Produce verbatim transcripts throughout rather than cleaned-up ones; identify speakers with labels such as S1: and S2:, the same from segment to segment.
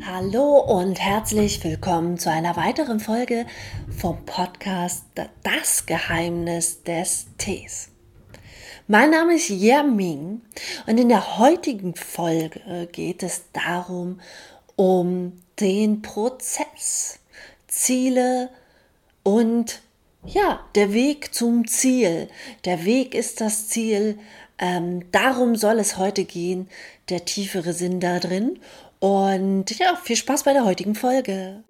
S1: Hallo und herzlich willkommen zu einer weiteren Folge vom Podcast Das Geheimnis des Tees. Mein Name ist Yerming und in der heutigen Folge geht es darum, um den Prozess, Ziele und ja, der Weg zum Ziel. Der Weg ist das Ziel. Ähm, darum soll es heute gehen, der tiefere Sinn da drin. Und ja, viel Spaß bei der heutigen Folge.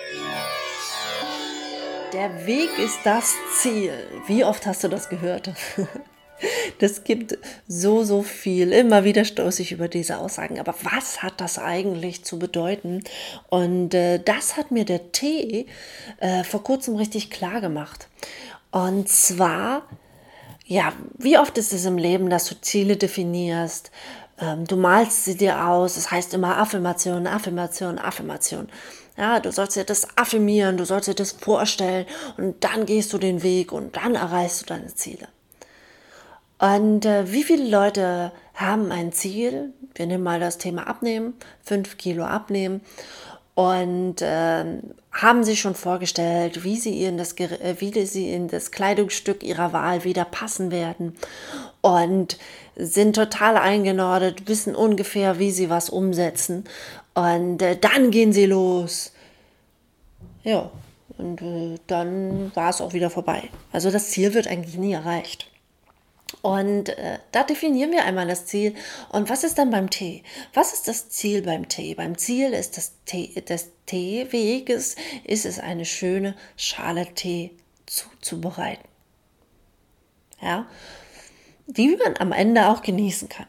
S1: Der Weg ist das Ziel. Wie oft hast du das gehört? Das gibt so, so viel. Immer wieder stoße ich über diese Aussagen. Aber was hat das eigentlich zu bedeuten? Und äh, das hat mir der Tee äh, vor kurzem richtig klar gemacht. Und zwar, ja, wie oft ist es im Leben, dass du Ziele definierst? Ähm, du malst sie dir aus. Es heißt immer Affirmation, Affirmation, Affirmation. Ja, du sollst dir das affirmieren, du sollst dir das vorstellen und dann gehst du den Weg und dann erreichst du deine Ziele. Und äh, wie viele Leute haben ein Ziel? Wir nehmen mal das Thema Abnehmen, fünf Kilo abnehmen und äh, haben sich schon vorgestellt, wie sie, in das, äh, wie sie in das Kleidungsstück ihrer Wahl wieder passen werden und sind total eingenordet, wissen ungefähr, wie sie was umsetzen und äh, dann gehen sie los. Ja, und äh, dann war es auch wieder vorbei. Also das Ziel wird eigentlich nie erreicht. Und äh, da definieren wir einmal das Ziel. Und was ist dann beim Tee? Was ist das Ziel beim Tee? Beim Ziel ist das Tee, des Teeweges, ist es eine schöne Schale Tee zuzubereiten. Ja, die man am Ende auch genießen kann.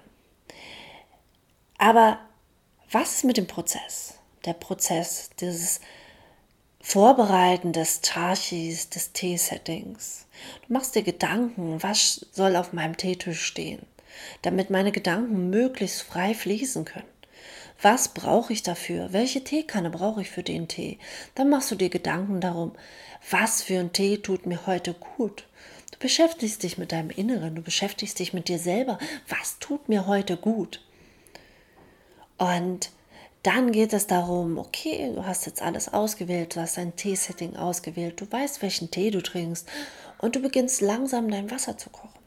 S1: Aber was ist mit dem Prozess? Der Prozess dieses Vorbereiten des Chachis, des Teesettings. Du machst dir Gedanken, was soll auf meinem Teetisch stehen, damit meine Gedanken möglichst frei fließen können. Was brauche ich dafür? Welche Teekanne brauche ich für den Tee? Dann machst du dir Gedanken darum, was für ein Tee tut mir heute gut. Du beschäftigst dich mit deinem Inneren, du beschäftigst dich mit dir selber. Was tut mir heute gut? Und dann geht es darum, okay, du hast jetzt alles ausgewählt, du hast dein Teesetting ausgewählt, du weißt, welchen Tee du trinkst und du beginnst langsam dein Wasser zu kochen.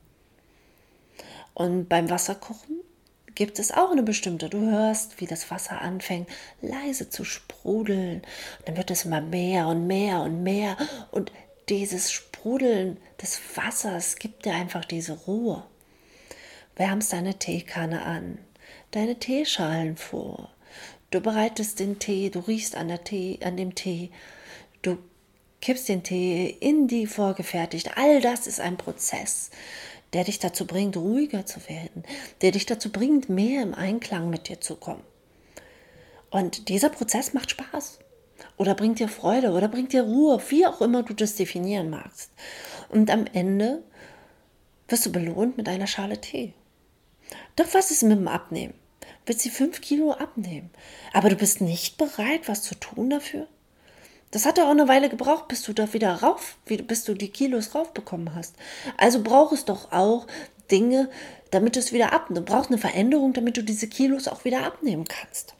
S1: Und beim Wasserkochen gibt es auch eine bestimmte, du hörst, wie das Wasser anfängt leise zu sprudeln. Und dann wird es immer mehr und mehr und mehr und dieses Sprudeln des Wassers gibt dir einfach diese Ruhe. Wärmst deine Teekanne an, deine Teeschalen vor. Du bereitest den Tee, du riechst an, der Tee, an dem Tee, du kippst den Tee in die vorgefertigt. All das ist ein Prozess, der dich dazu bringt, ruhiger zu werden, der dich dazu bringt, mehr im Einklang mit dir zu kommen. Und dieser Prozess macht Spaß oder bringt dir Freude oder bringt dir Ruhe, wie auch immer du das definieren magst. Und am Ende wirst du belohnt mit einer Schale Tee. Doch was ist mit dem Abnehmen? Willst du fünf Kilo abnehmen, aber du bist nicht bereit, was zu tun dafür? Das hat ja auch eine Weile gebraucht, bis du da wieder rauf, bis du die Kilos raufbekommen hast. Also braucht es doch auch Dinge, damit du es wieder abnimmst. Du brauchst eine Veränderung, damit du diese Kilos auch wieder abnehmen kannst.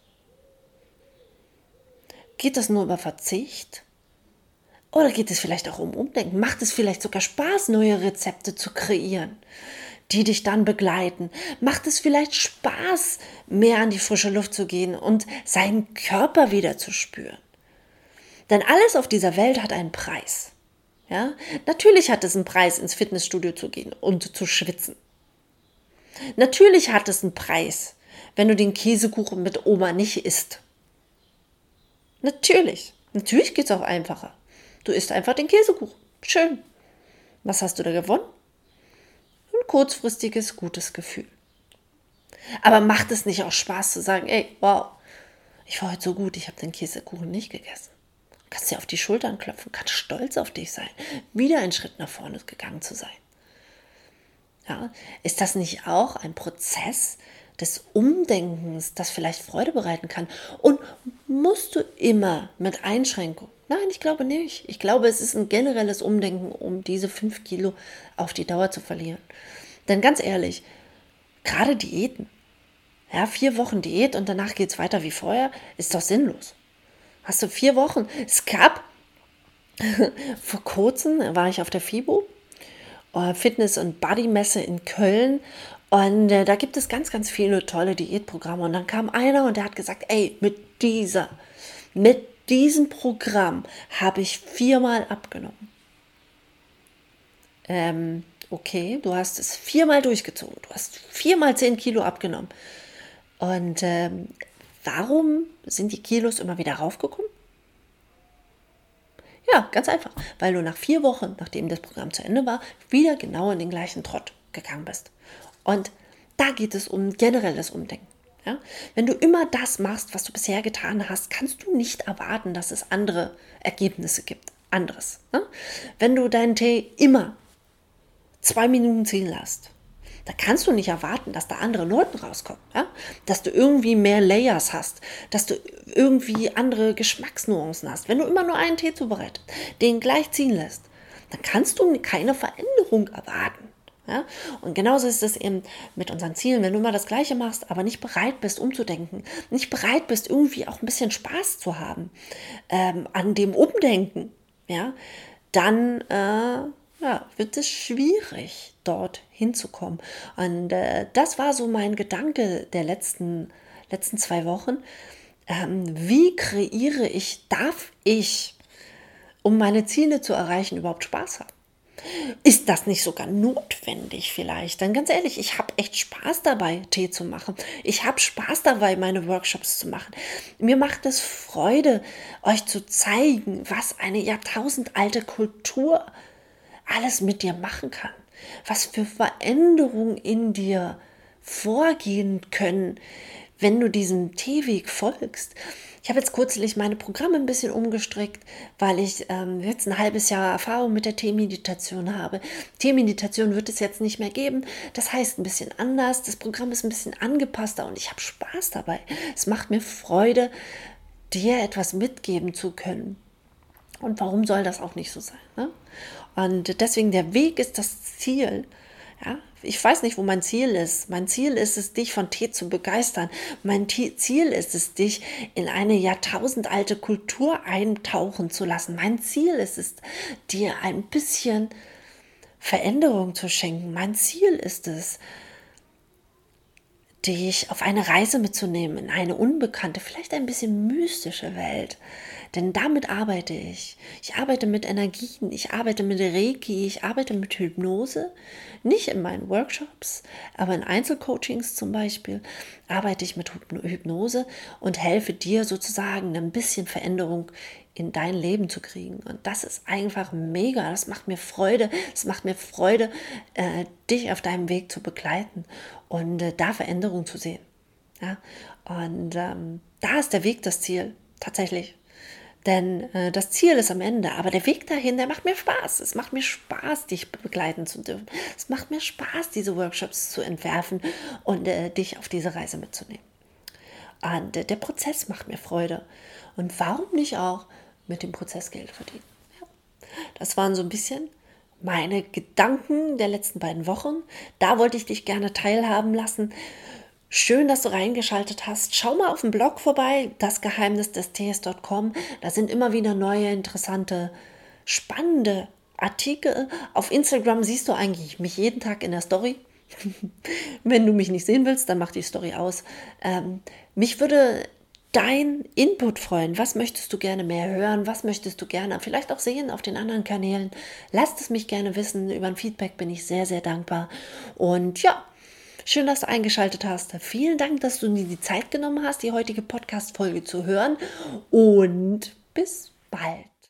S1: Geht das nur über Verzicht? Oder geht es vielleicht auch um Umdenken? Macht es vielleicht sogar Spaß, neue Rezepte zu kreieren, die dich dann begleiten? Macht es vielleicht Spaß, mehr an die frische Luft zu gehen und seinen Körper wieder zu spüren? Denn alles auf dieser Welt hat einen Preis. Ja? Natürlich hat es einen Preis, ins Fitnessstudio zu gehen und zu schwitzen. Natürlich hat es einen Preis, wenn du den Käsekuchen mit Oma nicht isst. Natürlich. Natürlich geht es auch einfacher. Du isst einfach den Käsekuchen. Schön. Was hast du da gewonnen? Ein kurzfristiges, gutes Gefühl. Aber macht es nicht auch Spaß zu sagen, ey, wow, ich war heute so gut, ich habe den Käsekuchen nicht gegessen. Kannst dir auf die Schultern klopfen, kannst stolz auf dich sein, wieder einen Schritt nach vorne gegangen zu sein. Ja, ist das nicht auch ein Prozess des Umdenkens, das vielleicht Freude bereiten kann? Und musst du immer mit Einschränkung? Nein, ich glaube nicht. Ich glaube, es ist ein generelles Umdenken, um diese fünf Kilo auf die Dauer zu verlieren. Denn ganz ehrlich, gerade Diäten, Ja, vier Wochen Diät und danach geht es weiter wie vorher, ist doch sinnlos. Hast du vier Wochen? Es gab, vor kurzem war ich auf der FIBO, äh, Fitness- und Bodymesse in Köln. Und äh, da gibt es ganz, ganz viele tolle Diätprogramme. Und dann kam einer und der hat gesagt, ey, mit dieser, mit diesem Programm habe ich viermal abgenommen. Ähm, okay, du hast es viermal durchgezogen. Du hast viermal zehn Kilo abgenommen. Und ähm, warum sind die Kilos immer wieder raufgekommen? Ja, ganz einfach, weil du nach vier Wochen, nachdem das Programm zu Ende war, wieder genau in den gleichen Trott gegangen bist. Und da geht es um generelles Umdenken. Ja? Wenn du immer das machst, was du bisher getan hast, kannst du nicht erwarten, dass es andere Ergebnisse gibt. Anderes. Ne? Wenn du deinen Tee immer zwei Minuten ziehen lässt, da kannst du nicht erwarten, dass da andere Noten rauskommen. Ja? Dass du irgendwie mehr Layers hast, dass du irgendwie andere Geschmacksnuancen hast. Wenn du immer nur einen Tee zubereitest, den gleich ziehen lässt, dann kannst du keine Veränderung erwarten. Ja? Und genauso ist es eben mit unseren Zielen. Wenn du immer das Gleiche machst, aber nicht bereit bist, umzudenken, nicht bereit bist, irgendwie auch ein bisschen Spaß zu haben ähm, an dem Umdenken, ja, dann äh, ja, wird es schwierig, dort hinzukommen. Und äh, das war so mein Gedanke der letzten, letzten zwei Wochen. Ähm, wie kreiere ich, darf ich, um meine Ziele zu erreichen, überhaupt Spaß haben? Ist das nicht sogar notwendig vielleicht? Denn ganz ehrlich, ich habe echt Spaß dabei, Tee zu machen. Ich habe Spaß dabei, meine Workshops zu machen. Mir macht es Freude, euch zu zeigen, was eine jahrtausendalte Kultur alles mit dir machen kann. Was für Veränderungen in dir vorgehen können, wenn du diesem Teeweg folgst. Ich habe jetzt kürzlich meine Programme ein bisschen umgestrickt, weil ich ähm, jetzt ein halbes Jahr Erfahrung mit der Teemeditation habe. Teemeditation wird es jetzt nicht mehr geben. Das heißt ein bisschen anders. Das Programm ist ein bisschen angepasster und ich habe Spaß dabei. Es macht mir Freude, dir etwas mitgeben zu können. Und warum soll das auch nicht so sein? Ne? Und deswegen, der Weg ist das Ziel. Ja? Ich weiß nicht, wo mein Ziel ist. Mein Ziel ist es, dich von Tee zu begeistern. Mein Ziel ist es, dich in eine jahrtausendalte Kultur eintauchen zu lassen. Mein Ziel ist es, dir ein bisschen Veränderung zu schenken. Mein Ziel ist es, dich auf eine Reise mitzunehmen in eine unbekannte, vielleicht ein bisschen mystische Welt. Denn damit arbeite ich. Ich arbeite mit Energien, ich arbeite mit Reiki, ich arbeite mit Hypnose. Nicht in meinen Workshops, aber in Einzelcoachings zum Beispiel arbeite ich mit Hypnose und helfe dir sozusagen ein bisschen Veränderung in dein Leben zu kriegen. Und das ist einfach mega. Das macht mir Freude. Es macht mir Freude, äh, dich auf deinem Weg zu begleiten und äh, da Veränderung zu sehen. Ja? Und ähm, da ist der Weg das Ziel, tatsächlich. Denn äh, das Ziel ist am Ende, aber der Weg dahin, der macht mir Spaß. Es macht mir Spaß, dich begleiten zu dürfen. Es macht mir Spaß, diese Workshops zu entwerfen und äh, dich auf diese Reise mitzunehmen. Und äh, der Prozess macht mir Freude. Und warum nicht auch mit dem Prozess Geld verdienen? Ja. Das waren so ein bisschen meine Gedanken der letzten beiden Wochen. Da wollte ich dich gerne teilhaben lassen. Schön, dass du reingeschaltet hast. Schau mal auf dem Blog vorbei, das Geheimnis des Tees Punkt com. Da sind immer wieder neue, interessante, spannende Artikel. Auf Instagram siehst du eigentlich mich jeden Tag in der Story. Wenn du mich nicht sehen willst, dann mach die Story aus. Ähm, mich würde dein Input freuen. Was möchtest du gerne mehr hören? Was möchtest du gerne vielleicht auch sehen auf den anderen Kanälen? Lasst es mich gerne wissen. Über ein Feedback bin ich sehr, sehr dankbar. Und ja, schön, dass du eingeschaltet hast. Vielen Dank, dass du dir die Zeit genommen hast, die heutige Podcast-Folge zu hören. Und bis bald.